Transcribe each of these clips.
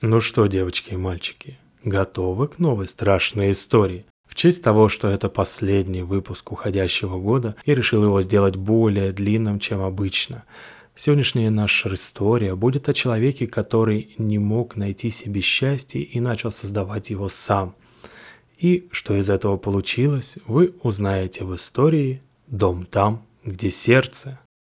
Ну что, девочки и мальчики, готовы к новой страшной истории? В честь того, что это последний выпуск уходящего года, я решил его сделать более длинным, чем обычно. Сегодняшняя наша история будет о человеке, который не мог найти себе счастье и начал создавать его сам. И что из этого получилось, вы узнаете в истории «Дом там, где сердце».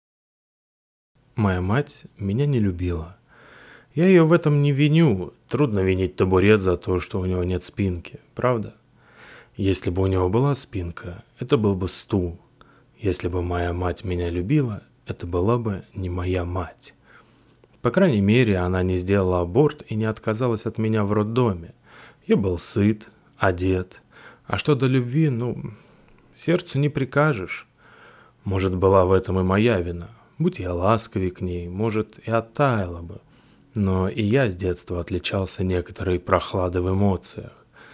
Моя мать меня не любила. Я ее в этом не виню. Трудно винить табурет за то, что у него нет спинки, правда? Если бы у него была спинка, это был бы стул. Если бы моя мать меня любила, это была бы не моя мать. По крайней мере, она не сделала аборт и не отказалась от меня в роддоме. Я был сыт, одет. А что до любви, сердцу не прикажешь. Может, была в этом и моя вина. Будь я ласковей к ней, может, и оттаяла бы. Но и я с детства отличался некоторой прохладой в эмоциях.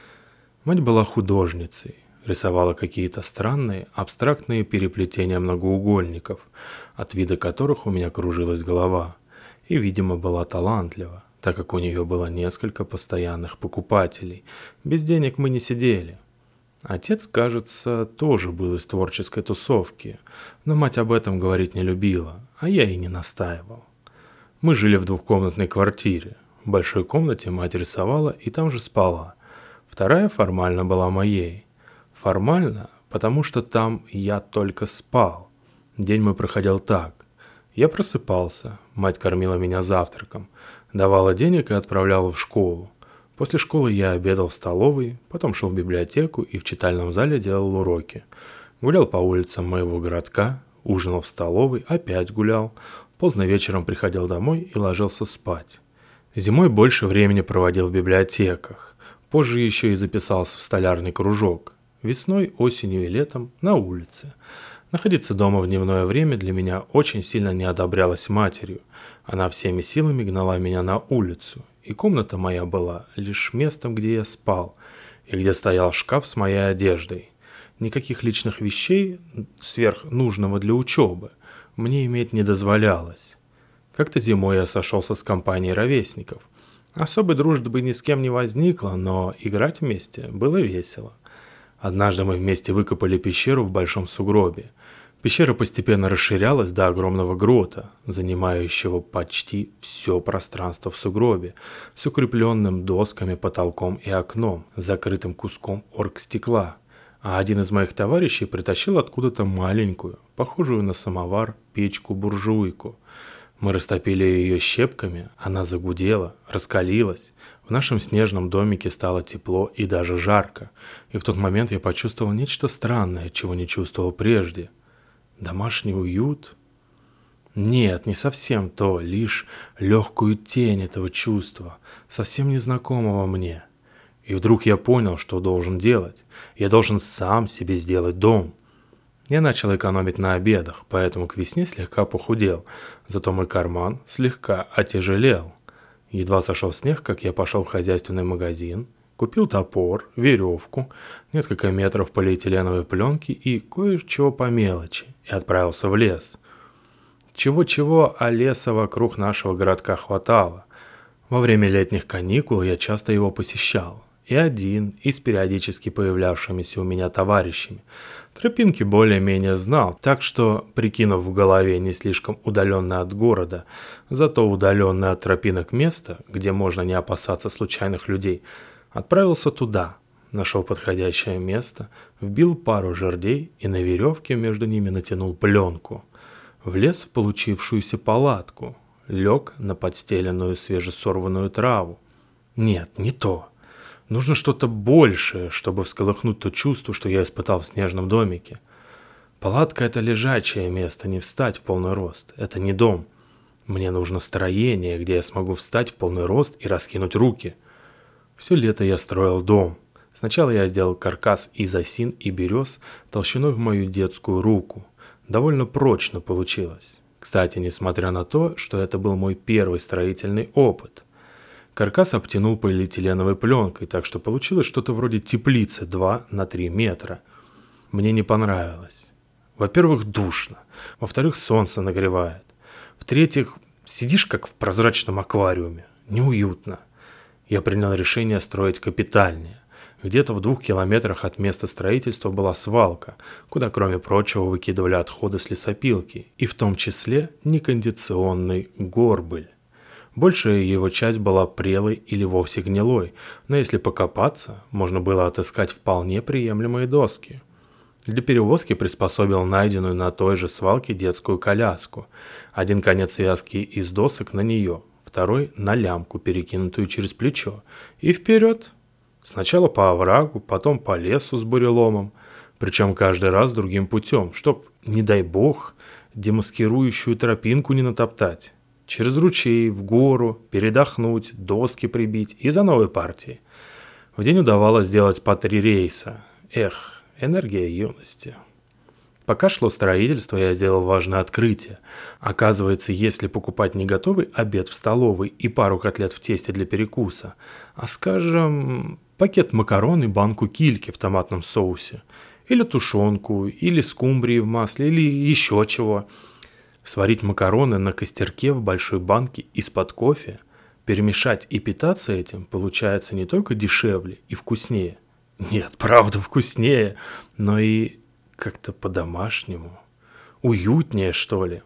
Мать была художницей, рисовала какие-то странные, абстрактные переплетения многоугольников, от вида которых у меня кружилась голова, и, видимо, была талантлива, так как у нее было несколько постоянных покупателей. Без денег мы не сидели. Отец, кажется, тоже был из творческой тусовки, но мать об этом говорить не любила, а я и не настаивал. Мы жили в двухкомнатной квартире. В большой комнате мать рисовала и там же спала. Вторая формально была моей. Формально, потому что там я только спал. День мой проходил так. Я просыпался, мать кормила меня завтраком, давала денег и отправляла в школу. После школы я обедал в столовой, потом шел в библиотеку и в читальном зале делал уроки. Гулял по улицам моего городка, ужинал в столовой, опять гулял. Поздно вечером приходил домой и ложился спать. Зимой больше времени проводил в библиотеках. Позже еще и записался в столярный кружок. Весной, осенью и летом на улице. Находиться дома в дневное время для меня очень сильно не одобрялось матерью. Она всеми силами гнала меня на улицу. И комната моя была лишь местом, где я спал, и где стоял шкаф с моей одеждой. Никаких личных вещей, сверх нужного для учебы, мне иметь не дозволялось. Как-то зимой я сошелся с компанией ровесников. Особой дружбы ни с кем не возникло, но играть вместе было весело. Однажды мы вместе выкопали пещеру в большом сугробе. Пещера постепенно расширялась до огромного грота, занимающего почти все пространство в сугробе, с укрепленным досками, потолком и окном, закрытым куском оргстекла. А один из моих товарищей притащил откуда-то маленькую, похожую на самовар, печку-буржуйку. Мы растопили ее щепками, она загудела, раскалилась. В нашем снежном домике стало тепло и даже жарко. И в тот момент я почувствовал нечто странное, чего не чувствовал прежде. Домашний уют? Нет, не совсем то, лишь легкую тень этого чувства, совсем незнакомого мне. И вдруг я понял, что должен делать. Я должен сам себе сделать дом. Я начал экономить на обедах, поэтому к весне слегка похудел. Зато мой карман слегка отяжелел. Едва сошел снег, как я пошел в хозяйственный магазин, купил топор, веревку, несколько метров полиэтиленовой пленки и кое-чего по мелочи, и отправился в лес. Чего-чего, а леса вокруг нашего городка хватало. Во время летних каникул я часто его посещал. И один, и с периодически появлявшимися у меня товарищами. Тропинки более-менее знал, так что, прикинув в голове не слишком удаленное от города, зато удаленное от тропинок место, где можно не опасаться случайных людей, отправился туда, нашел подходящее место, вбил пару жердей и на веревке между ними натянул пленку. Влез в получившуюся палатку, лег на подстеленную свежесорванную траву. Нет, не то. Нужно что-то большее, чтобы всколыхнуть то чувство, что я испытал в снежном домике. Палатка — это лежачее место, не встать в полный рост. Это не дом. Мне нужно строение, где я смогу встать в полный рост и раскинуть руки. Все лето я строил дом. Сначала я сделал каркас из осин и берез толщиной в мою детскую руку. Довольно прочно получилось. Кстати, несмотря на то, что это был мой первый строительный опыт. Каркас обтянул полиэтиленовой пленкой, так что получилось что-то вроде теплицы 2 на 3 метра. Мне не понравилось. Во-первых, душно. Во-вторых, солнце нагревает. В-третьих, сидишь как в прозрачном аквариуме. Неуютно. Я принял решение строить капитальнее. Где-то в 2 километрах от места строительства была свалка, куда, кроме прочего, выкидывали отходы с лесопилки, и в том числе некондиционный горбыль. Большая его часть была прелой или вовсе гнилой, но если покопаться, можно было отыскать вполне приемлемые доски. Для перевозки приспособил найденную на той же свалке детскую коляску. Один конец связки из досок на нее, второй на лямку, перекинутую через плечо, и вперед. Сначала по оврагу, потом по лесу с буреломом, причем каждый раз другим путем, чтоб, не дай бог, демаскирующую тропинку не натоптать. Через ручей, в гору, передохнуть, доски прибить и за новой партией. В день удавалось сделать по 3 рейса. Эх, энергия юности. Пока шло строительство, я сделал важное открытие. Оказывается, если покупать не готовый обед в столовой и пару котлет в тесте для перекуса, а, скажем, пакет макарон и банку кильки в томатном соусе, или тушенку, или скумбрии в масле, или еще чего, сварить макароны на костерке в большой банке из-под кофе, перемешать и питаться этим получается не только дешевле и вкуснее, нет, правда вкуснее, но и как-то по-домашнему, уютнее, что ли.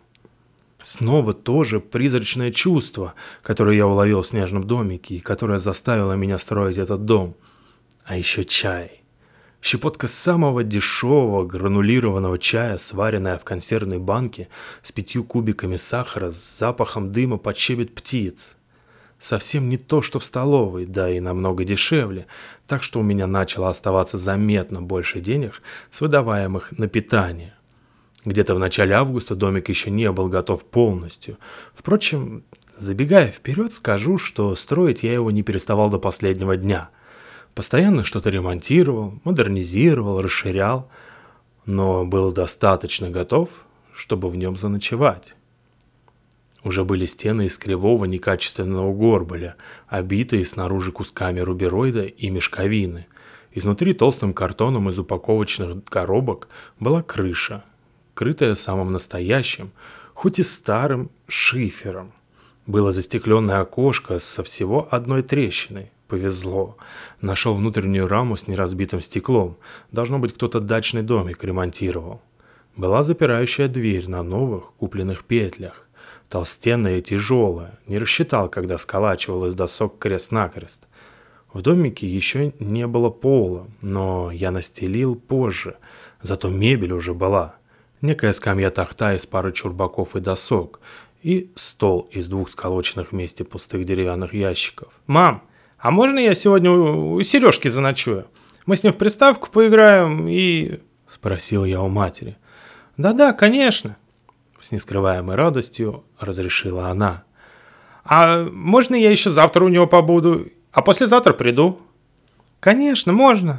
Снова тоже призрачное чувство, которое я уловил в снежном домике и которое заставило меня строить этот дом. А еще чай. Щепотка самого дешевого гранулированного чая, сваренная в консервной банке с 5 кубиками сахара, с запахом дыма подщебет птиц. Совсем не то, что в столовой, да и намного дешевле, так что у меня начало оставаться заметно больше денег с выдаваемых на питание. Где-то в начале августа домик еще не был готов полностью. Впрочем, забегая вперед, скажу, что строить я его не переставал до последнего дня. Постоянно что-то ремонтировал, модернизировал, расширял, но был достаточно готов, чтобы в нем заночевать. Уже были стены из кривого некачественного горбыля, обитые снаружи кусками рубероида и мешковины. Изнутри толстым картоном из упаковочных коробок была крыша, крытая самым настоящим, хоть и старым, шифером. Было застекленное окошко со всего одной трещиной. Повезло. Нашел внутреннюю раму с неразбитым стеклом. Должно быть, кто-то дачный домик ремонтировал. Была запирающая дверь на новых, купленных петлях. Толстенная и тяжелая. Не рассчитал, когда сколачивал из досок крест-накрест. В домике еще не было пола, но я настелил позже. Зато мебель уже была. Некая скамья-тахта из пары чурбаков и досок. И стол из 2 сколоченных вместе пустых деревянных ящиков. «Мам, а можно я сегодня у Сережки заночую? Мы с ним в приставку поиграем и...» — спросил я у матери. «Да-да, конечно», — с нескрываемой радостью разрешила она. «А можно я еще завтра у него побуду, а послезавтра приду?» «Конечно, можно».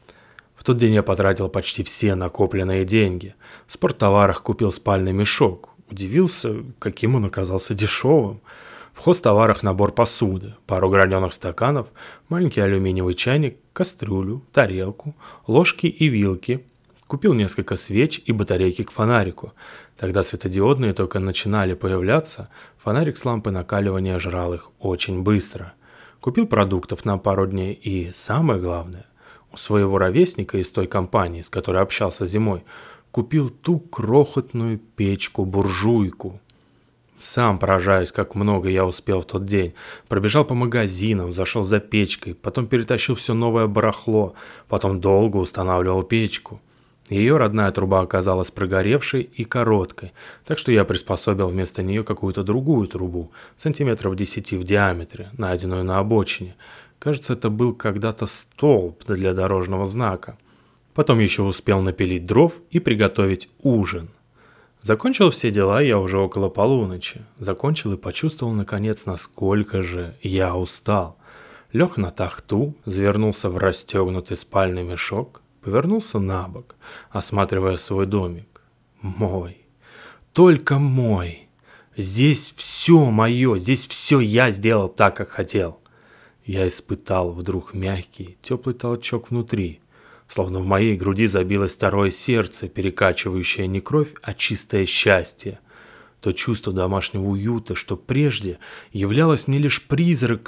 В тот день я потратил почти все накопленные деньги. В спорттоварах купил спальный мешок. Удивился, каким он оказался дешевым. В хозтоварах набор посуды, пару граненых стаканов, маленький алюминиевый чайник, кастрюлю, тарелку, ложки и вилки. Купил несколько свеч и батарейки к фонарику. Тогда светодиодные только начинали появляться, фонарик с лампой накаливания жрал их очень быстро. Купил продуктов на пару дней и, самое главное, у своего ровесника из той компании, с которой общался зимой, купил ту крохотную печку-буржуйку. Сам поражаюсь, как много я успел в тот день. Пробежал по магазинам, зашел за печкой, потом перетащил все новое барахло, потом долго устанавливал печку. Ее родная труба оказалась прогоревшей и короткой, так что я приспособил вместо нее какую-то другую трубу, сантиметров 10 в диаметре, найденную на обочине. Кажется, это был когда-то столб для дорожного знака. Потом еще успел напилить дров и приготовить ужин. Закончил все дела я уже около полуночи. Закончил и почувствовал, наконец, насколько же я устал. Лег на тахту, завернулся в расстегнутый спальный мешок, повернулся на бок, осматривая свой домик. Мой. Только мой. Здесь все мое, здесь все я сделал так, как хотел. Я испытал вдруг мягкий, теплый толчок внутри. Словно в моей груди забилось второе сердце, перекачивающее не кровь, а чистое счастье. То чувство домашнего уюта, что прежде являлось не лишь призраком,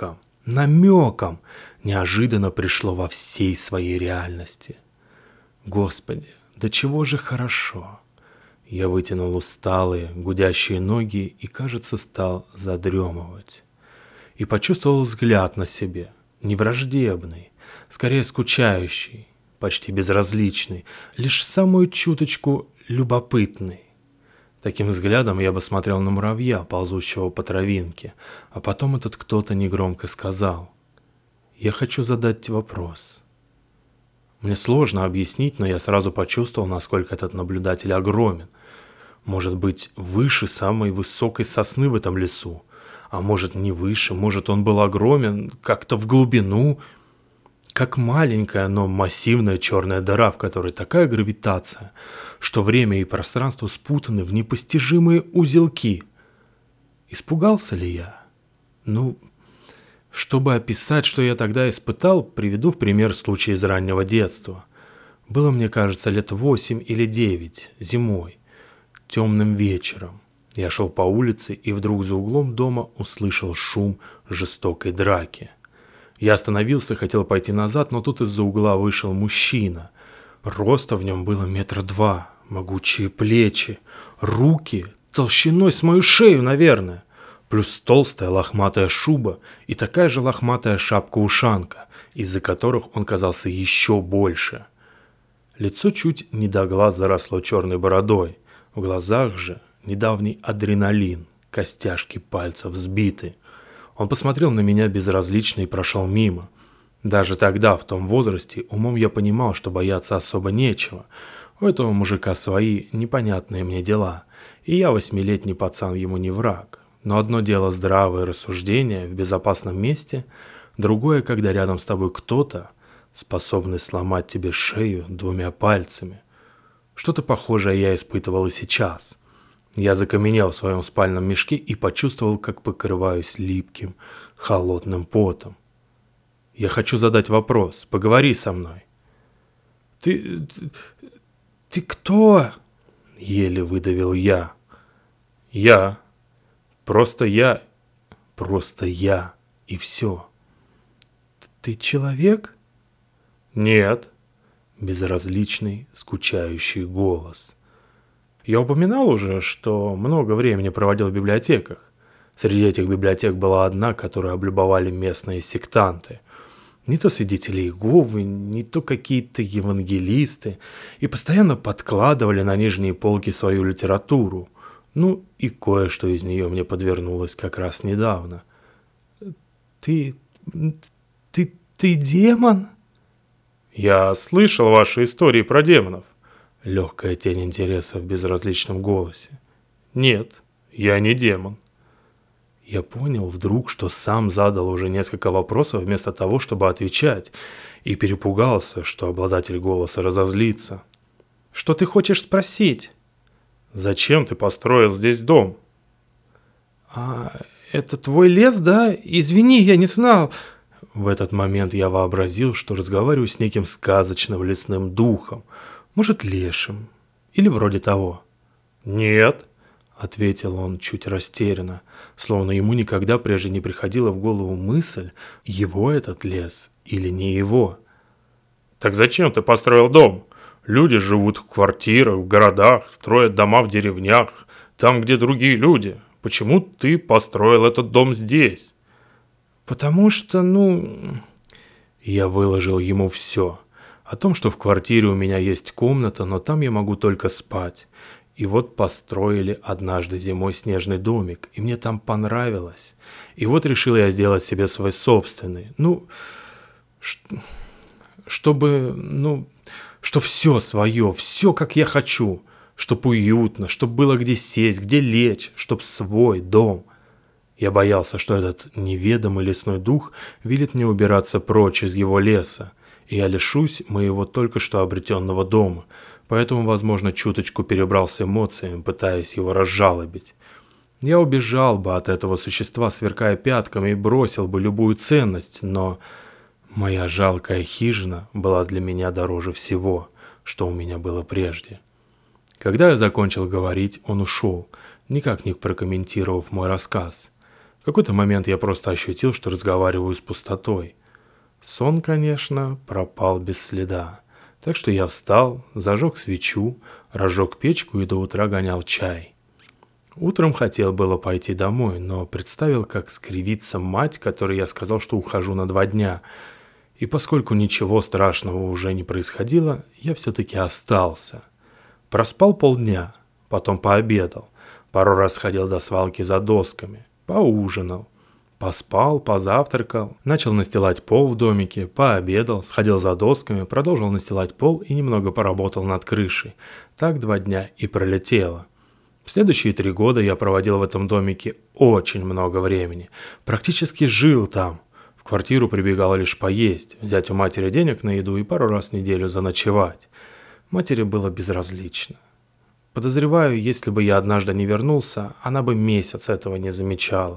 намеком, неожиданно пришло во всей своей реальности. Господи, до чего же хорошо. Я вытянул усталые, гудящие ноги и, кажется, стал задремывать. И почувствовал взгляд на себе, не враждебный, скорее скучающий, почти безразличный, лишь самую чуточку любопытный. Таким взглядом я бы смотрел на муравья, ползущего по травинке, а потом этот кто-то негромко сказал: «Я хочу задать вопрос». Мне сложно объяснить, но я сразу почувствовал, насколько этот наблюдатель огромен. Может быть, выше самой высокой сосны в этом лесу, а может не выше, может он был огромен как-то в глубину, как маленькая, но массивная черная дыра, в которой такая гравитация, что время и пространство спутаны в непостижимые узелки. Испугался ли я? Чтобы описать, что я тогда испытал, приведу в пример случай из раннего детства. Было, мне кажется, лет 8 или 9, зимой, темным вечером. Я шел по улице и вдруг за углом дома услышал шум жестокой драки. Я остановился, хотел пойти назад, но тут из-за угла вышел мужчина. Роста в нем было 2 метра, могучие плечи, руки толщиной с мою шею, наверное. Плюс толстая лохматая шуба и такая же лохматая шапка-ушанка, из-за которых он казался еще больше. Лицо чуть не до глаз заросло черной бородой, в глазах же недавний адреналин, костяшки пальцев сбиты. Он посмотрел на меня безразлично и прошел мимо. Даже тогда, в том возрасте, умом я понимал, что бояться особо нечего. У этого мужика свои непонятные мне дела, и я 8-летний пацан ему не враг. Но одно дело здравые рассуждения в безопасном месте, другое, когда рядом с тобой кто-то, способный сломать тебе шею 2 пальцами. Что-то похожее я испытывал и сейчас. Я закаменел в своем спальном мешке и почувствовал, как покрываюсь липким, холодным потом. «Я хочу задать вопрос. Поговори со мной». «Ты кто?» — еле выдавил я. «Я. Просто я. И все». «Ты человек?» «Нет». Безразличный, скучающий голос. Я упоминал уже, что много времени проводил в библиотеках. Среди этих библиотек была одна, которую облюбовали местные сектанты. Не то свидетели Иеговы, не то какие-то евангелисты, и постоянно подкладывали на нижние полки свою литературу. И кое-что из нее мне подвернулось как раз недавно. «Ты демон?» «Я слышал ваши истории про демонов». Легкая тень интереса в безразличном голосе. «Нет, я не демон». Я понял вдруг, что сам задал уже несколько вопросов вместо того, чтобы отвечать, и перепугался, что обладатель голоса разозлится. «Что ты хочешь спросить?» «Зачем ты построил здесь дом?» «Это твой лес, да? Извини, я не знал». В этот момент я вообразил, что разговариваю с неким сказочным лесным духом, может, лешим, или вроде того. «Нет», — ответил он чуть растерянно, словно ему никогда прежде не приходила в голову мысль, его этот лес или не его. «Так зачем ты построил дом? Люди живут в квартирах, в городах, строят дома в деревнях, там, где другие люди. Почему ты построил этот дом здесь?» «Потому что, Я выложил ему все. О том, что в квартире у меня есть комната, но там я могу только спать. И вот построили однажды зимой снежный домик, и мне там понравилось. И вот решил я сделать себе свой собственный. Чтобы все свое, все как я хочу. Чтоб уютно, чтоб было где сесть, где лечь, чтоб свой дом. Я боялся, что этот неведомый лесной дух велит мне убираться прочь из его леса, и я лишусь моего только что обретенного дома, поэтому, возможно, чуточку перебрал с эмоциями, пытаясь его разжалобить. Я убежал бы от этого существа, сверкая пятками, и бросил бы любую ценность, но моя жалкая хижина была для меня дороже всего, что у меня было прежде. Когда я закончил говорить, он ушел, никак не прокомментировав мой рассказ. В какой-то момент я просто ощутил, что разговариваю с пустотой. Сон, конечно, пропал без следа. Так что я встал, зажег свечу, разжег печку и до утра гонял чай. Утром хотел было пойти домой, но представил, как скривится мать, которой я сказал, что ухожу на 2 дня. И поскольку ничего страшного уже не происходило, я все-таки остался. Проспал полдня, потом пообедал, пару раз ходил до свалки за досками, поужинал. Поспал, позавтракал, начал настилать пол в домике, пообедал, сходил за досками, продолжил настилать пол и немного поработал над крышей. Так 2 дня и пролетело. В следующие 3 года я проводил в этом домике очень много времени. Практически жил там. В квартиру прибегал лишь поесть, взять у матери денег на еду и пару раз в неделю заночевать. Матери было безразлично. Подозреваю, если бы я однажды не вернулся, она бы месяц этого не замечала.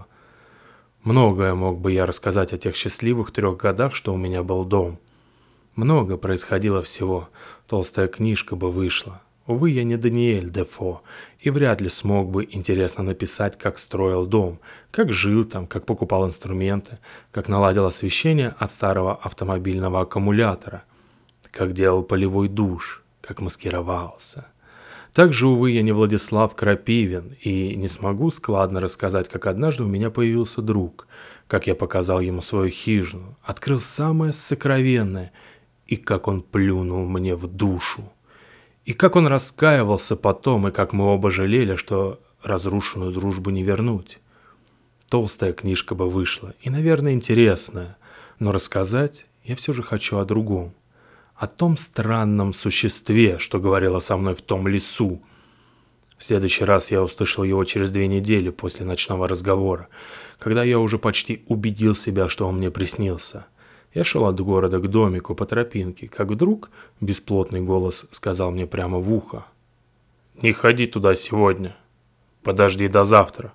Многое мог бы я рассказать о тех счастливых 3 годах, что у меня был дом. Много происходило всего, толстая книжка бы вышла. Увы, я не Даниэль Дефо, и вряд ли смог бы интересно написать, как строил дом, как жил там, как покупал инструменты, как наладил освещение от старого автомобильного аккумулятора, как делал полевой душ, как маскировался. Также, увы, я не Владислав Крапивин и не смогу складно рассказать, как однажды у меня появился друг, как я показал ему свою хижину, открыл самое сокровенное, и как он плюнул мне в душу. И как он раскаивался потом, и как мы оба жалели, что разрушенную дружбу не вернуть. Толстая книжка бы вышла, и, наверное, интересная, но рассказать я все же хочу о другом. О том странном существе, что говорило со мной в том лесу. В следующий раз я услышал его через 2 недели после ночного разговора, когда я уже почти убедил себя, что он мне приснился. Я шел от города к домику по тропинке, как вдруг бесплотный голос сказал мне прямо в ухо: «Не ходи туда сегодня. Подожди до завтра».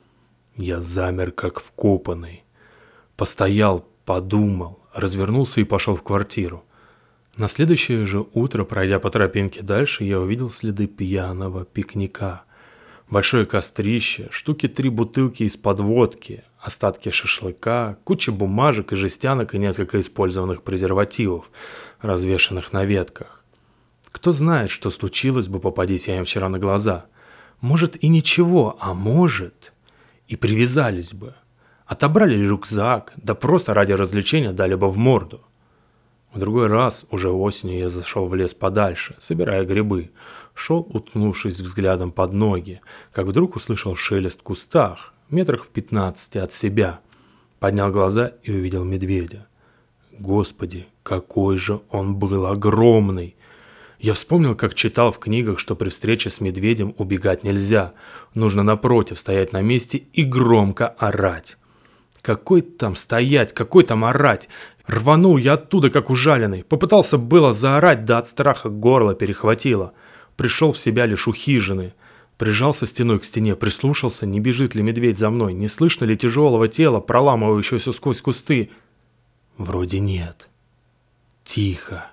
Я замер, как вкопанный. Постоял, подумал, развернулся и пошел в квартиру. На следующее же утро, пройдя по тропинке дальше, я увидел следы пьяного пикника. Большое кострище, штуки 3 бутылки из-под водки, остатки шашлыка, куча бумажек и жестянок и несколько использованных презервативов, развешанных на ветках. Кто знает, что случилось бы, попадись я им вчера на глаза. Может и ничего, а может и привязались бы. Отобрали рюкзак, да просто ради развлечения дали бы в морду. В другой раз, уже осенью, я зашел в лес подальше, собирая грибы. Шел, уткнувшись взглядом под ноги, как вдруг услышал шелест в кустах, метрах в 15 от себя. Поднял глаза и увидел медведя. Господи, какой же он был огромный! Я вспомнил, как читал в книгах, что при встрече с медведем убегать нельзя. Нужно напротив стоять на месте и громко орать. Какой там стоять, какой там орать? Рванул я оттуда, как ужаленный. Попытался было заорать, да от страха горло перехватило. Пришел в себя лишь у хижины. Прижался стеной к стене, прислушался, не бежит ли медведь за мной, не слышно ли тяжелого тела, проламывающегося сквозь кусты. Вроде нет. Тихо.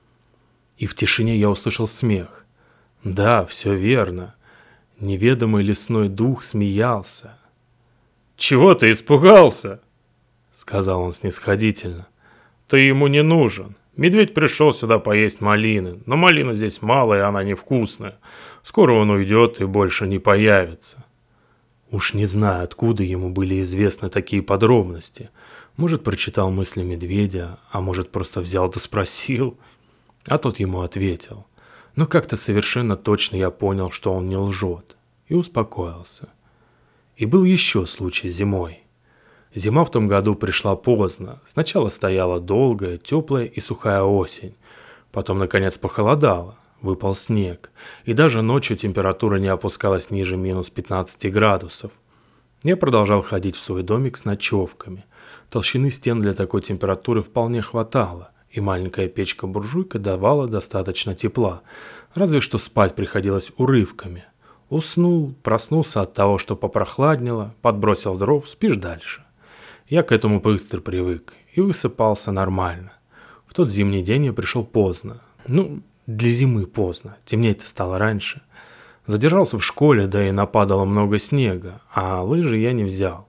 И в тишине я услышал смех. Да, все верно. Неведомый лесной дух смеялся. «Чего ты испугался?» — сказал он снисходительно. «Ты ему не нужен. Медведь пришел сюда поесть малины, но малина здесь мало, и она невкусная. Скоро он уйдет и больше не появится». Уж не знаю, откуда ему были известны такие подробности. Может, прочитал мысли медведя, а может, просто взял да спросил. А тот ему ответил. Но как-то совершенно точно я понял, что он не лжет, и успокоился. И был еще случай зимой. Зима в том году пришла поздно. Сначала стояла долгая, теплая и сухая осень. Потом, наконец, похолодало. Выпал снег. И даже ночью температура не опускалась ниже минус 15 градусов. Я продолжал ходить в свой домик с ночевками. Толщины стен для такой температуры вполне хватало. И маленькая печка-буржуйка давала достаточно тепла. Разве что спать приходилось урывками. Уснул, проснулся от того, что попрохладнело, подбросил дров, спишь дальше. Я к этому быстро привык и высыпался нормально. В тот зимний день я пришел поздно. Для зимы поздно, темнеть-то стало раньше. Задержался в школе, да и нападало много снега, а лыжи я не взял.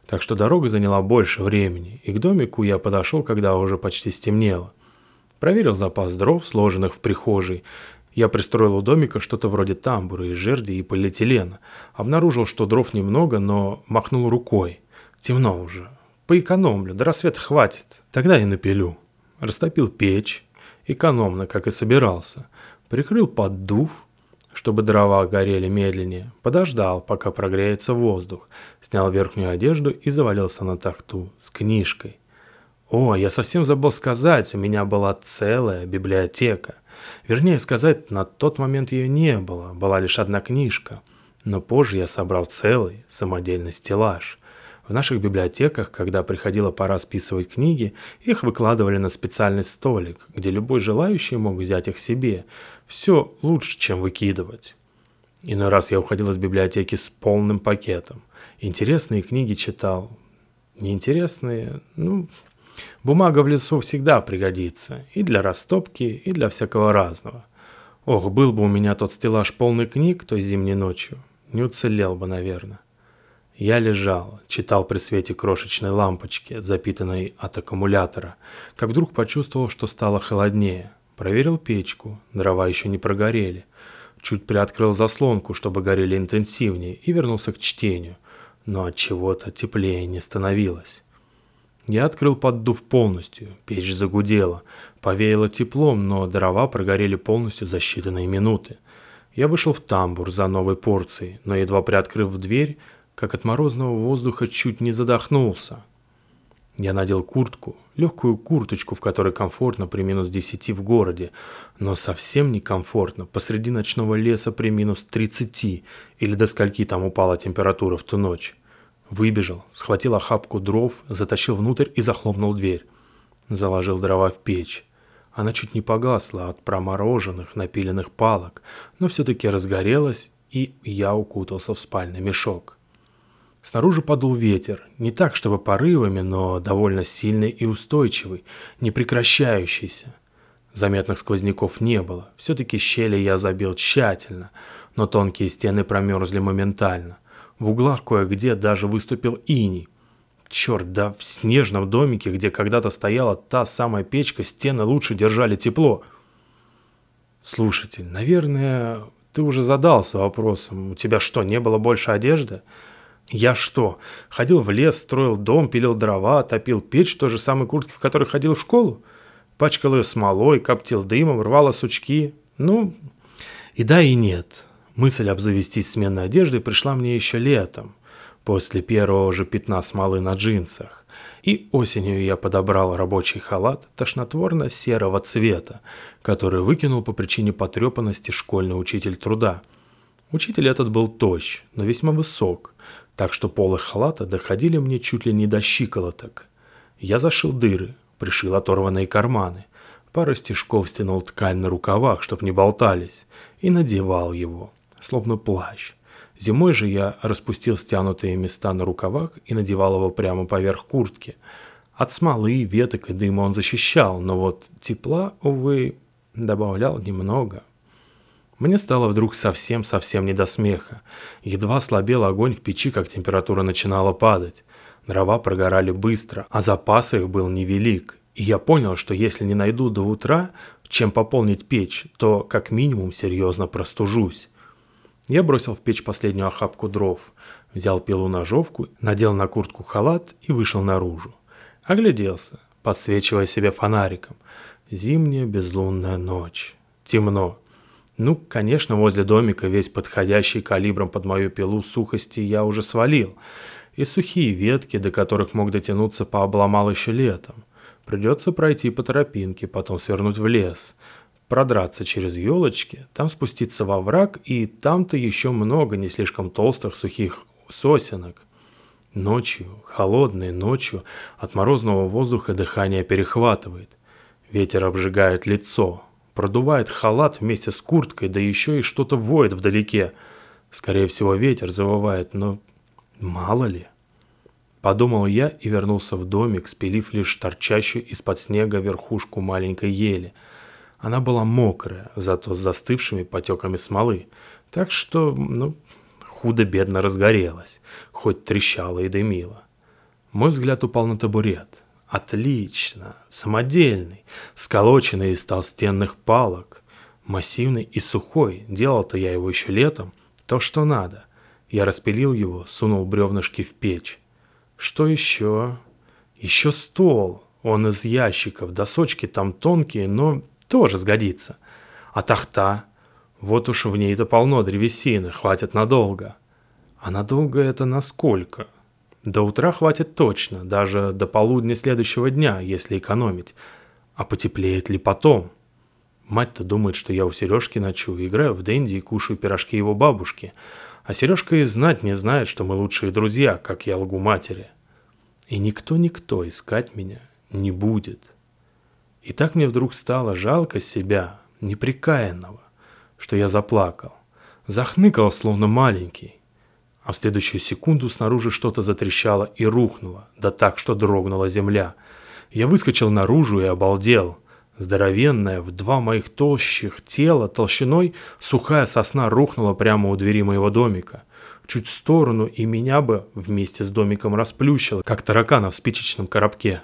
так что дорога заняла больше времени, и к домику я подошел, когда уже почти стемнело. Проверил запас дров, сложенных в прихожей. Я пристроил у домика что-то вроде тамбура из жерди и полиэтилена. Обнаружил, что дров немного, но махнул рукой. Темно уже. Поэкономлю, до рассвета хватит. Тогда и напилю. Растопил печь. Экономно, как и собирался. Прикрыл поддув, чтобы дрова горели медленнее. Подождал, пока прогреется воздух. Снял верхнюю одежду и завалился на тахту с книжкой. О, я совсем забыл сказать, у меня была целая библиотека. Вернее сказать, на тот момент ее не было, была лишь одна книжка. Но позже я собрал целый самодельный стеллаж. В наших библиотеках, когда приходила пора списывать книги, их выкладывали на специальный столик, где любой желающий мог взять их себе. Все лучше, чем выкидывать. Иной раз я уходил из библиотеки с полным пакетом. Интересные книги читал. Неинтересные, бумага в лесу всегда пригодится. И для растопки, и для всякого разного. Ох, был бы у меня тот стеллаж полный книг той зимней ночью. Не уцелел бы, наверное. Я лежал, читал при свете крошечной лампочки, запитанной от аккумулятора, как вдруг почувствовал, что стало холоднее. Проверил печку, дрова еще не прогорели. Чуть приоткрыл заслонку, чтобы горели интенсивнее, и вернулся к чтению. Но от чего-то теплее не становилось. Я открыл поддув полностью, печь загудела. Повеяло теплом, но дрова прогорели полностью за считанные минуты. Я вышел в тамбур за новой порцией, но едва приоткрыв дверь, как от морозного воздуха чуть не задохнулся. Я надел куртку, легкую курточку, в которой комфортно при минус 10 в городе, но совсем некомфортно посреди ночного леса при минус 30, или до скольки там упала температура в ту ночь. Выбежал, схватил охапку дров, затащил внутрь и захлопнул дверь. Заложил дрова в печь. Она чуть не погасла от промороженных, напиленных палок, но все-таки разгорелась, и я укутался в спальный мешок. Снаружи подул ветер, не так, чтобы порывами, но довольно сильный и устойчивый, не прекращающийся. Заметных сквозняков не было, все-таки щели я забил тщательно, но тонкие стены промерзли моментально. В углах кое-где даже выступил иней. Черт, да в снежном домике, где когда-то стояла та самая печка, стены лучше держали тепло. Слушатель, наверное, ты уже задался вопросом, у тебя что, не было больше одежды? Я что, ходил в лес, строил дом, пилил дрова, топил печь в той же самой куртке, в которой ходил в школу? Пачкал ее смолой, коптил дымом, рвал сучки? И да, и нет. Мысль обзавестись сменной одеждой пришла мне еще летом, после первого же пятна смолы на джинсах. И осенью я подобрал рабочий халат тошнотворно-серого цвета, который выкинул по причине потрепанности школьный учитель труда. Учитель этот был тощ, но весьма высок, так что полы халата доходили мне чуть ли не до щиколоток. Я зашил дыры, пришил оторванные карманы, пару стежков стянул ткань на рукавах, чтоб не болтались, и надевал его, словно плащ. Зимой же я распустил стянутые места на рукавах и надевал его прямо поверх куртки. От смолы, веток и дыма он защищал, но вот тепла, увы, добавлял немного. Мне стало вдруг совсем не до смеха. Едва слабел огонь в печи, как температура начинала падать. Дрова прогорали быстро, а запас их был невелик. И я понял, что если не найду до утра, чем пополнить печь, то как минимум серьезно простужусь. Я бросил в печь последнюю охапку дров, взял пилу-ножовку, надел на куртку халат и вышел наружу. Огляделся, подсвечивая себя фонариком. Зимняя безлунная ночь. Темно. Конечно, возле домика, весь подходящий калибром под мою пилу сухости, я уже свалил. И сухие ветки, до которых мог дотянуться, пообломал еще летом. Придется пройти по тропинке, потом свернуть в лес, продраться через елочки, там спуститься во враг, и там-то еще много не слишком толстых сухих сосенок. Ночью, холодной ночью, от морозного воздуха дыхание перехватывает. Ветер обжигает лицо. Продувает халат вместе с курткой, да еще и что-то воет вдалеке. Скорее всего, ветер завывает, но мало ли. Подумал я и вернулся в домик, спилив лишь торчащую из-под снега верхушку маленькой ели. Она была мокрая, зато с застывшими потеками смолы, так что, худо-бедно разгорелась, хоть трещала и дымила. Мой взгляд упал на табурет. Отлично, самодельный, сколоченный из толстенных палок, массивный и сухой, делал-то я его еще летом, то, что надо. Я распилил его, сунул бревнышки в печь. Что еще? Еще стол, он из ящиков, досочки там тонкие, но тоже сгодится. А тахта? Вот уж в ней-то полно древесины, хватит надолго. А надолго это насколько? До утра хватит точно, даже до полудня следующего дня, если экономить. А потеплеет ли потом? Мать-то думает, что я у Сережки ночую, играю в дэнди и кушаю пирожки его бабушки. А Сережка и знать не знает, что мы лучшие друзья, как я лгу матери. И никто искать меня не будет. И так мне вдруг стало жалко себя, неприкаянного, что я заплакал. Захныкал, словно маленький. А в следующую секунду снаружи что-то затрещало и рухнуло, да так, что дрогнула земля. Я выскочил наружу и обалдел. Здоровенная, в 2 моих тощих тела толщиной сухая сосна рухнула прямо у двери моего домика. Чуть в сторону, и меня бы вместе с домиком расплющило, как таракана в спичечном коробке.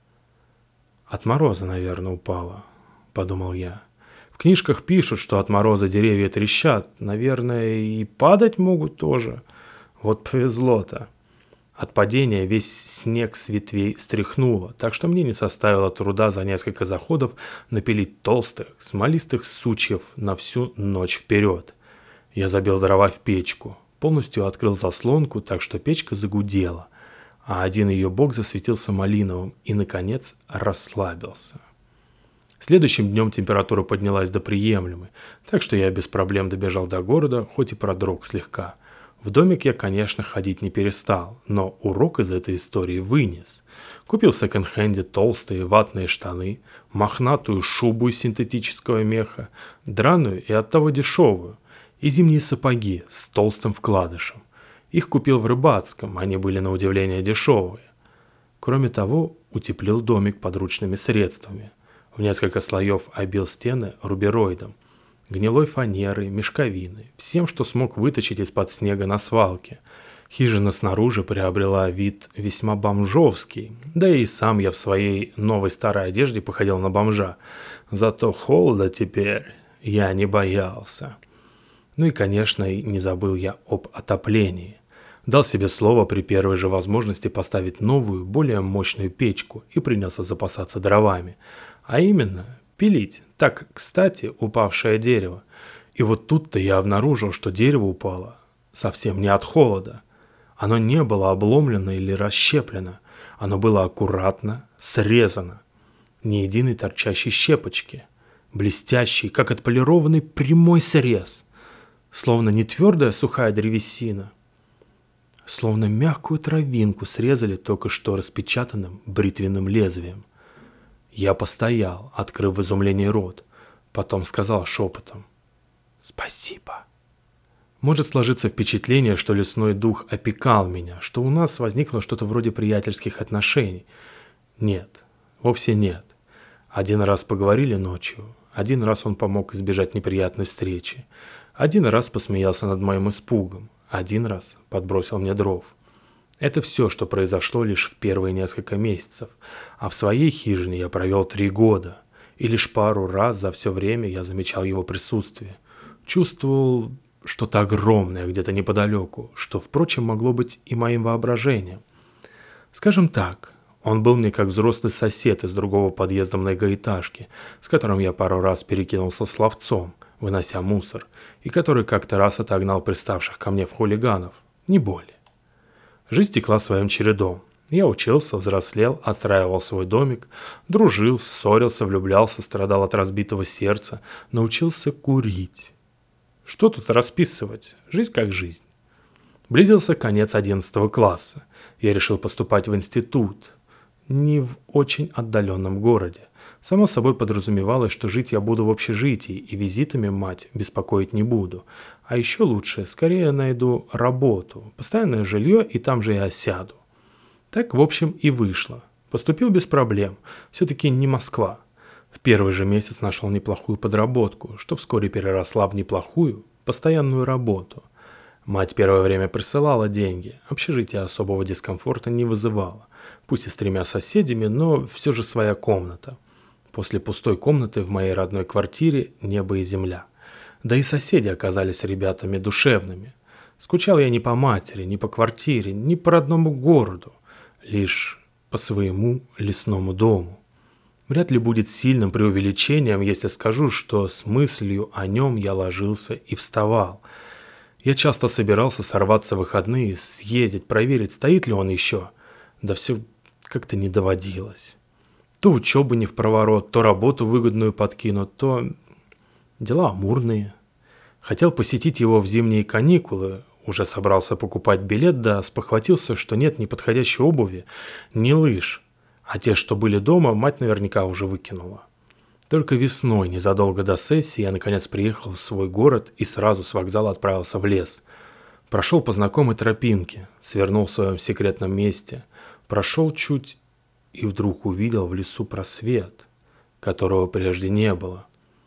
«От мороза, наверное, упала», — подумал я. В книжках пишут, что от мороза деревья трещат. Наверное, и падать могут тоже. Вот повезло-то. От падения весь снег с ветвей стряхнуло, так что мне не составило труда за несколько заходов напилить толстых, смолистых сучьев на всю ночь вперед. Я забил дрова в печку, полностью открыл заслонку, так что печка загудела, а один ее бок засветился малиновым и, наконец, расслабился. Следующим днем температура поднялась до приемлемой, так что я без проблем добежал до города, хоть и продрог слегка. В домик я, конечно, ходить не перестал, но урок из этой истории вынес. Купил в секонд-хенде толстые ватные штаны, мохнатую шубу из синтетического меха, драную и оттого дешевую, и зимние сапоги с толстым вкладышем. Их купил в Рыбацком, они были на удивление дешевые. Кроме того, утеплил домик подручными средствами. В несколько слоев обил стены рубероидом, гнилой фанерой, мешковиной, всем, что смог вытащить из-под снега на свалке. Хижина снаружи приобрела вид весьма бомжовский, да и сам я в своей новой старой одежде походил на бомжа. Зато холода теперь я не боялся. Ну и, конечно, не забыл я об отоплении. Дал себе слово при первой же возможности поставить новую, более мощную печку и принялся запасаться дровами. А именно, пилить, так, кстати, упавшее дерево. И вот тут-то я обнаружил, что дерево упало совсем не от холода. Оно не было обломлено или расщеплено. Оно было аккуратно срезано. Ни единой торчащей щепочки. Блестящий, как отполированный прямой срез. Словно не твердая сухая древесина. Словно мягкую травинку срезали только что распечатанным бритвенным лезвием. Я постоял, открыв в изумлении рот, потом сказал шепотом: «Спасибо». Может сложиться впечатление, что лесной дух опекал меня, что у нас возникло что-то вроде приятельских отношений. Нет, вовсе нет. Один раз поговорили ночью, один раз он помог избежать неприятной встречи, один раз посмеялся над моим испугом, один раз подбросил мне дров. Это все, что произошло лишь в первые несколько месяцев, а в своей хижине я провел 3 года, и лишь пару раз за все время я замечал его присутствие. Чувствовал что-то огромное где-то неподалеку, что, впрочем, могло быть и моим воображением. Скажем так, он был мне как взрослый сосед из другого подъезда многоэтажки, с которым я пару раз перекинулся словцом, вынося мусор, и который как-то раз отогнал приставших ко мне в хулиганов, не более. Жизнь текла своим чередом. Я учился, взрослел, отстраивал свой домик, дружил, ссорился, влюблялся, страдал от разбитого сердца, научился курить. Что тут расписывать? Жизнь как жизнь. Близился конец 11 класса. Я решил поступать в институт. Не в очень отдаленном городе. Само собой подразумевалось, что жить я буду в общежитии и визитами мать беспокоить не буду. А еще лучше, скорее найду работу, постоянное жилье и там же и осяду. Так, в общем, и вышло. Поступил без проблем. Все-таки не Москва. В первый же месяц нашел неплохую подработку, что вскоре переросла в неплохую, постоянную работу. Мать первое время присылала деньги, общежитие особого дискомфорта не вызывало. Пусть и с 3 соседями, но все же своя комната. После пустой комнаты в моей родной квартире небо и земля. Да и соседи оказались ребятами душевными. Скучал я не по матери, не по квартире, не по родному городу, лишь по своему лесному дому. Вряд ли будет сильным преувеличением, если скажу, что с мыслью о нем я ложился и вставал. Я часто собирался сорваться в выходные, съездить, проверить, стоит ли он еще. Да все как-то не доводилось. То учебу не впроворот, то работу выгодную подкинут, то дела амурные. Хотел посетить его в зимние каникулы, уже собрался покупать билет, да спохватился, что нет ни подходящей обуви, ни лыж. А те, что были дома, мать наверняка уже выкинула. Только весной, незадолго до сессии, я наконец приехал в свой город и сразу с вокзала отправился в лес. Прошел по знакомой тропинке, свернул в своем секретном месте, прошел чуть и вдруг увидел в лесу просвет, которого прежде не было.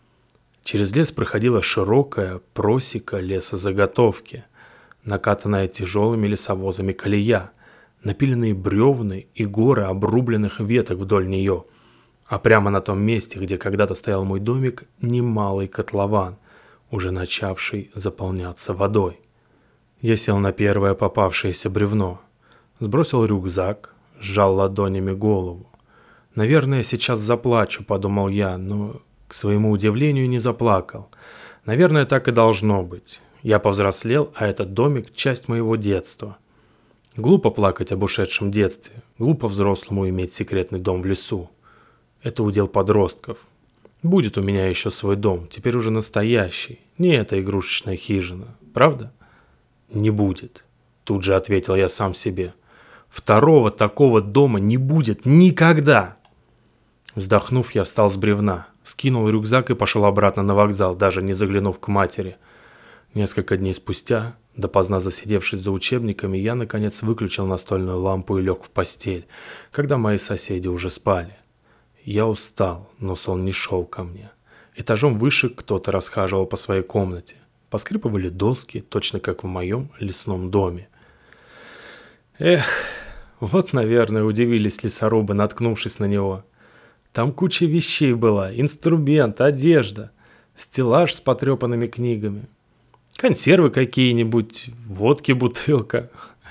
Через лес проходила широкая просека лесозаготовки, накатанная тяжелыми лесовозами колея, напиленные бревны и горы обрубленных веток вдоль нее. А прямо на том месте, где когда-то стоял мой домик, немалый котлован, уже начавший заполняться водой. Я сел на первое попавшееся бревно, сбросил рюкзак, сжал ладонями голову. «Наверное, сейчас заплачу», — подумал я, но, к своему удивлению, не заплакал. Наверное, так и должно быть. Я повзрослел, а этот домик — часть моего детства. Глупо плакать об ушедшем детстве, глупо взрослому иметь секретный дом в лесу. Это удел подростков. Будет у меня еще свой дом, теперь уже настоящий, не эта игрушечная хижина, правда? Не будет, тут же ответил я сам себе. Второго такого дома не будет никогда. Вздохнув, я встал с бревна, скинул рюкзак и пошел обратно на вокзал, даже не заглянув к матери. Несколько дней спустя, допоздна засидевшись за учебниками, я наконец выключил настольную лампу и лег в постель, когда мои соседи уже спали. Я устал, но сон не шел ко мне. Этажом выше кто-то расхаживал по своей комнате. Поскрипывали доски, точно как в моем лесном доме. Эх, вот, наверное, удивились лесорубы, наткнувшись на него. Там куча вещей была, инструмент, одежда, стеллаж с потрепанными книгами, консервы какие-нибудь, водки бутылка.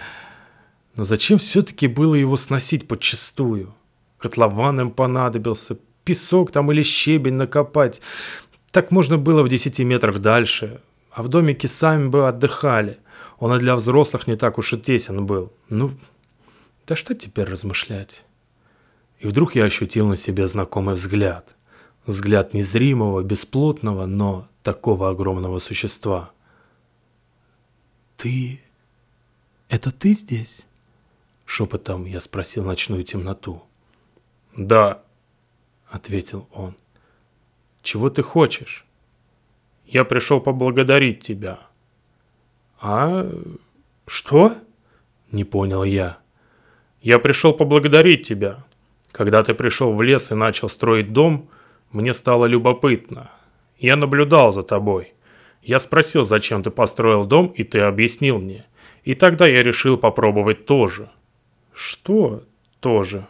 Но зачем все-таки было его сносить подчистую? Котлован им понадобился, песок там или щебень накопать. Так можно было в 10 метрах дальше, а в домике сами бы отдыхали. Он и для взрослых не так уж и тесен был. Ну, да что теперь размышлять? И вдруг я ощутил на себе знакомый взгляд. Взгляд незримого, бесплотного, но такого огромного существа. «Ты... это ты здесь?» Шепотом я спросил ночную темноту. «Да», — ответил он. «Чего ты хочешь?» «Я пришел поблагодарить тебя». «А... что?» — не понял я. «Я пришел поблагодарить тебя. Когда ты пришел в лес и начал строить дом, мне стало любопытно. Я наблюдал за тобой. Я спросил, зачем ты построил дом, и ты объяснил мне. И тогда я решил попробовать тоже». «Что тоже?»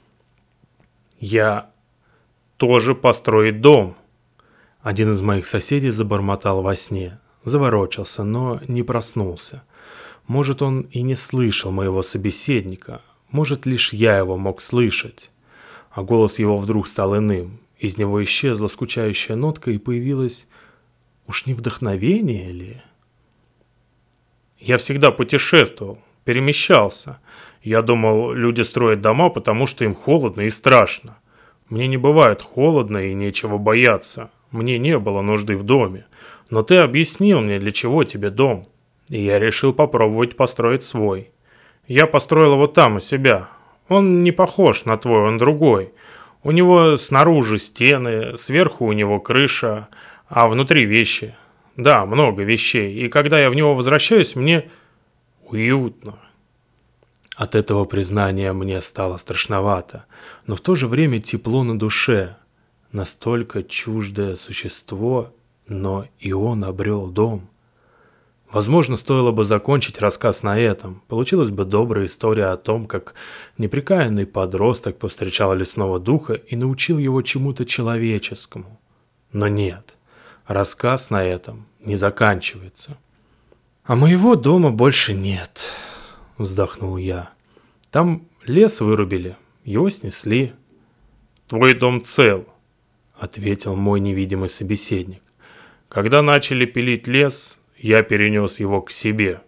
«Я тоже построить дом». Один из моих соседей забормотал во сне, заворочился, но не проснулся. Может, он и не слышал моего собеседника, может, лишь я его мог слышать. А голос его вдруг стал иным, из него исчезла скучающая нотка и появилась... уж не вдохновение ли? «Я всегда путешествовал, перемещался. Я думал, люди строят дома, потому что им холодно и страшно. Мне не бывает холодно и нечего бояться. Мне не было нужды в доме. Но ты объяснил мне, для чего тебе дом. И я решил попробовать построить свой. Я построил его там, у себя. Он не похож на твой, он другой. У него снаружи стены, сверху у него крыша, а внутри вещи. Да, много вещей. И когда я в него возвращаюсь, мне уютно». От этого признания мне стало страшновато, но в то же время тепло на душе. Настолько чуждое существо, но и он обрел дом. Возможно, стоило бы закончить рассказ на этом. Получилась бы добрая история о том, как неприкаянный подросток повстречал лесного духа и научил его чему-то человеческому. Но нет, рассказ на этом не заканчивается. «А моего дома больше нет», — вздохнул я. «Там лес вырубили, его снесли». «Твой дом цел», — ответил мой невидимый собеседник. «Когда начали пилить лес, я перенес его к себе».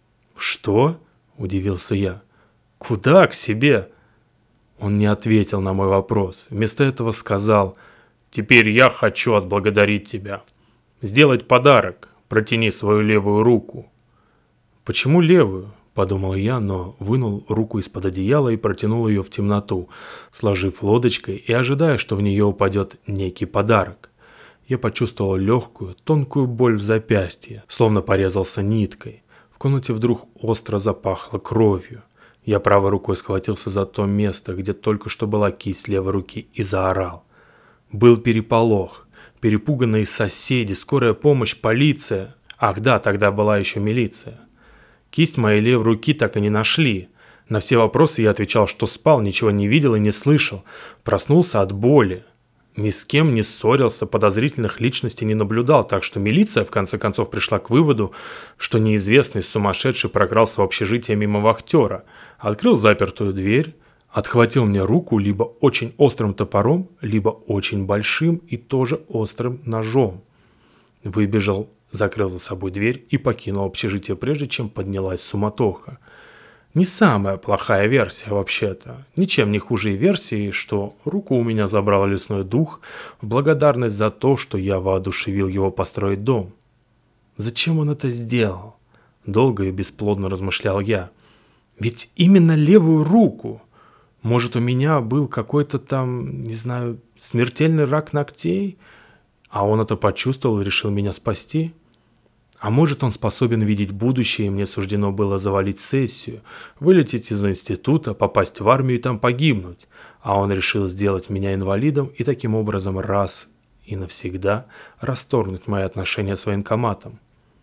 «Что?» – удивился я. «Куда к себе?» Он не ответил на мой вопрос. Вместо этого сказал: «Теперь я хочу отблагодарить тебя. Сделать подарок. Протяни свою левую руку». «Почему левую?» – подумал я, но вынул руку из-под одеяла и протянул ее в темноту, сложив лодочкой и ожидая, что в нее упадет некий подарок. Я почувствовал легкую, тонкую боль в запястье, словно порезался ниткой. В комнате вдруг остро запахло кровью. Я правой рукой схватился за то место, где только что была кисть левой руки, и заорал. Был переполох. Перепуганные соседи, скорая помощь, полиция. Ах да, тогда была еще милиция. Кисть моей левой руки так и не нашли. На все вопросы я отвечал, что спал, ничего не видел и не слышал. Проснулся от боли. Ни с кем не ссорился, подозрительных личностей не наблюдал, так что милиция в конце концов пришла к выводу, что неизвестный сумасшедший прокрался в общежитие мимо вахтера, открыл запертую дверь, отхватил мне руку либо очень острым топором, либо очень большим и тоже острым ножом. Выбежал, закрыл за собой дверь и покинул общежитие, прежде чем поднялась суматоха. Не самая плохая версия вообще-то. Ничем не хуже версии, что руку у меня забрал лесной дух в благодарность за то, что я воодушевил его построить дом. Зачем он это сделал? Долго и бесплодно размышлял я. Ведь именно левую руку. Может, у меня был какой-то там, не знаю, смертельный рак ногтей, а он это почувствовал и решил меня спасти? А может, он способен видеть будущее, и мне суждено было завалить сессию, вылететь из института, попасть в армию и там погибнуть. А он решил сделать меня инвалидом и таким образом раз и навсегда расторгнуть мои отношения с военкоматом.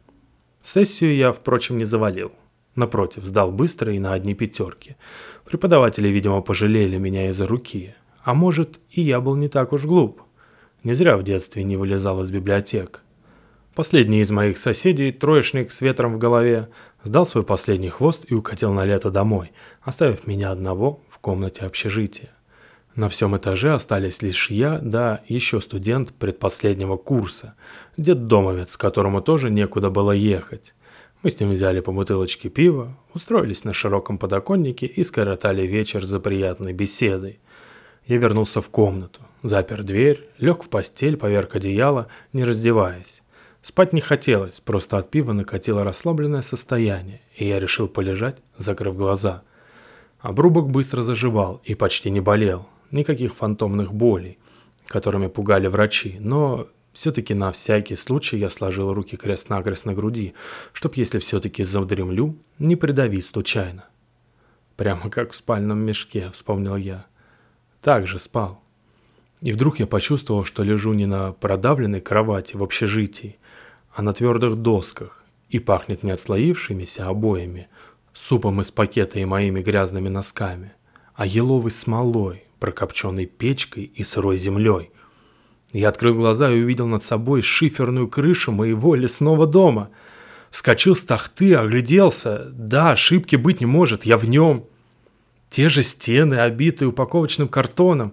Сессию я, впрочем, не завалил. Напротив, сдал быстро и на одни пятерки. Преподаватели, видимо, пожалели меня из-за руки. А может, и я был не так уж глуп. Не зря в детстве не вылезал из библиотек. Последний из моих соседей, троечник с ветром в голове, сдал свой последний хвост и укатил на лето домой, оставив меня одного в комнате общежития. На всем этаже остались лишь я, да еще студент предпоследнего курса, детдомовец, которому тоже некуда было ехать. Мы с ним взяли по бутылочке пива, устроились на широком подоконнике и скоротали вечер за приятной беседой. Я вернулся в комнату, запер дверь, лег в постель поверх одеяла, не раздеваясь. Спать не хотелось, просто от пива накатило расслабленное состояние, и я решил полежать, закрыв глаза. Обрубок быстро заживал и почти не болел, никаких фантомных болей, которыми пугали врачи, но все-таки на всякий случай я сложил руки крест-накрест на груди, чтоб, если все-таки задремлю, не придавить случайно. Прямо как в спальном мешке, вспомнил я. Так же спал. И вдруг я почувствовал, что лежу не на продавленной кровати в общежитии, а на твердых досках, и пахнет не отслоившимися обоями, супом из пакета и моими грязными носками, а еловой смолой, прокопченной печкой и сырой землей. Я открыл глаза и увидел над собой шиферную крышу моего лесного дома. Вскочил с тахты, огляделся. Да, ошибки быть не может, я в нем. Те же стены, обитые упаковочным картоном,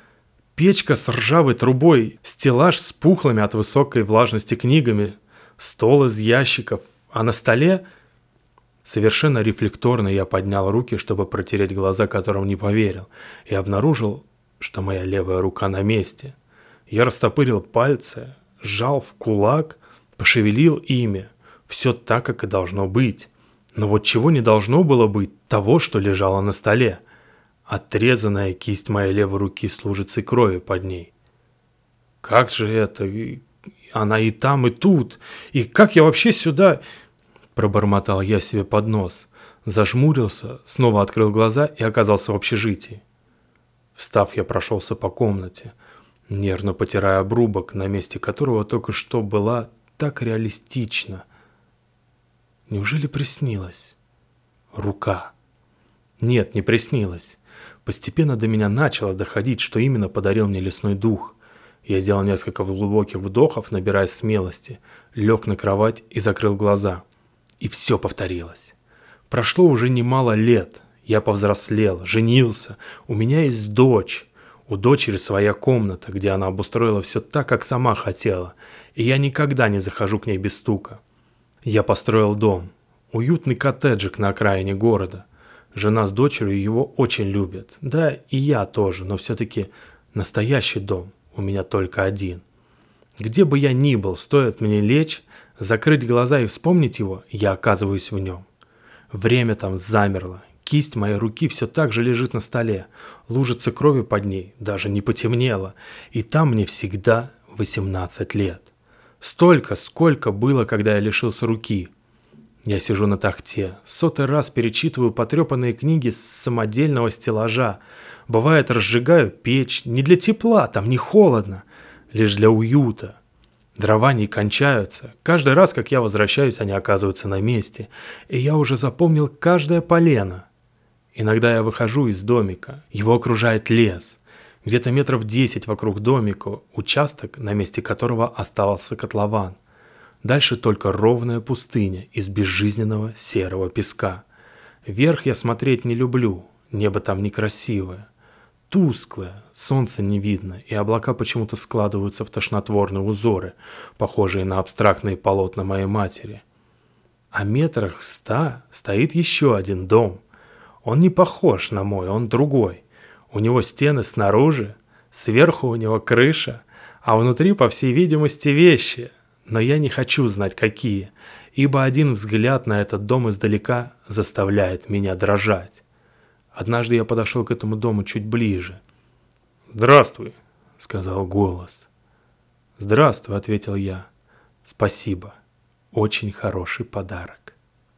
печка с ржавой трубой, стеллаж с пухлыми от высокой влажности книгами, стол из ящиков, а на столе... Совершенно рефлекторно я поднял руки, чтобы протереть глаза, которым не поверил, и обнаружил, что моя левая рука на месте. Я растопырил пальцы, сжал в кулак, пошевелил ими. Все так, как и должно быть. Но вот чего не должно было быть, того, что лежало на столе. Отрезанная кисть моей левой руки с лужицей крови под ней. Как же это? Она и там, и тут. И как я вообще сюда... Пробормотал я себе под нос. Зажмурился, снова открыл глаза и оказался в общежитии. Встав, я прошелся по комнате, нервно потирая обрубок, на месте которого только что была так реалистично. Неужели приснилось? Рука. Нет, не приснилось. Постепенно до меня начало доходить, что именно подарил мне лесной дух. Я сделал несколько глубоких вдохов, набираясь смелости, лег на кровать и закрыл глаза. И все повторилось. Прошло уже немало лет. Я повзрослел, женился. У меня есть дочь. У дочери своя комната, где она обустроила все так, как сама хотела. И я никогда не захожу к ней без стука. Я построил дом. Уютный коттеджик на окраине города. Жена с дочерью его очень любят. Да, и я тоже, но все-таки настоящий дом у меня только один. Где бы я ни был, стоит мне лечь, закрыть глаза и вспомнить его, я оказываюсь в нем. Время там замерло. Кисть моей руки все так же лежит на столе. Лужица крови под ней даже не потемнела. И там мне всегда 18 лет. Столько, сколько было, когда я лишился руки. Я сижу на тахте, сотый раз перечитываю потрепанные книги с самодельного стеллажа. Бывает, разжигаю печь, не для тепла, там не холодно, лишь для уюта. Дрова не кончаются. Каждый раз, как я возвращаюсь, они оказываются на месте. И я уже запомнил каждое полено. Иногда я выхожу из домика, его окружает лес. Где-то метров 10 вокруг домика, участок, на месте которого остался котлован. Дальше только ровная пустыня из безжизненного серого песка. Вверх я смотреть не люблю, небо там некрасивое. Тусклое, солнца не видно, и облака почему-то складываются в тошнотворные узоры, похожие на абстрактные полотна моей матери. А метрах в 100 стоит еще один дом. Он не похож на мой, он другой. У него стены снаружи, сверху у него крыша, а внутри, по всей видимости, вещи. Но я не хочу знать, какие, ибо один взгляд на этот дом издалека заставляет меня дрожать. Однажды я подошел к этому дому чуть ближе. «Здравствуй», — сказал голос. «Здравствуй», — ответил я. «Спасибо. Очень хороший подарок».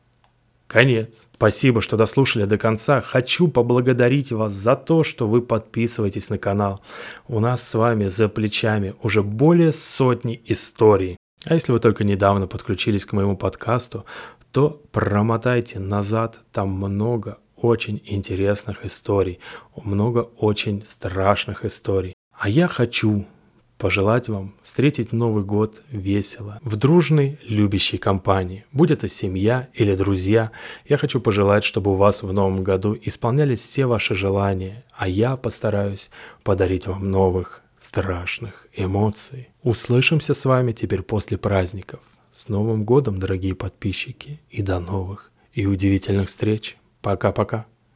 Конец. Спасибо, что дослушали до конца. Хочу поблагодарить вас за то, что вы подписываетесь на канал. У нас с вами за плечами уже более 100 историй. А если вы только недавно подключились к моему подкасту, то промотайте назад, там много очень интересных историй, много очень страшных историй. А я хочу пожелать вам встретить Новый год весело, в дружной, любящей компании. Будь это семья или друзья, я хочу пожелать, чтобы у вас в Новом году исполнялись все ваши желания, а я постараюсь подарить вам новых страшных эмоций. Услышимся с вами теперь после праздников. С Новым годом, дорогие подписчики, и до новых и удивительных встреч. Пока-пока.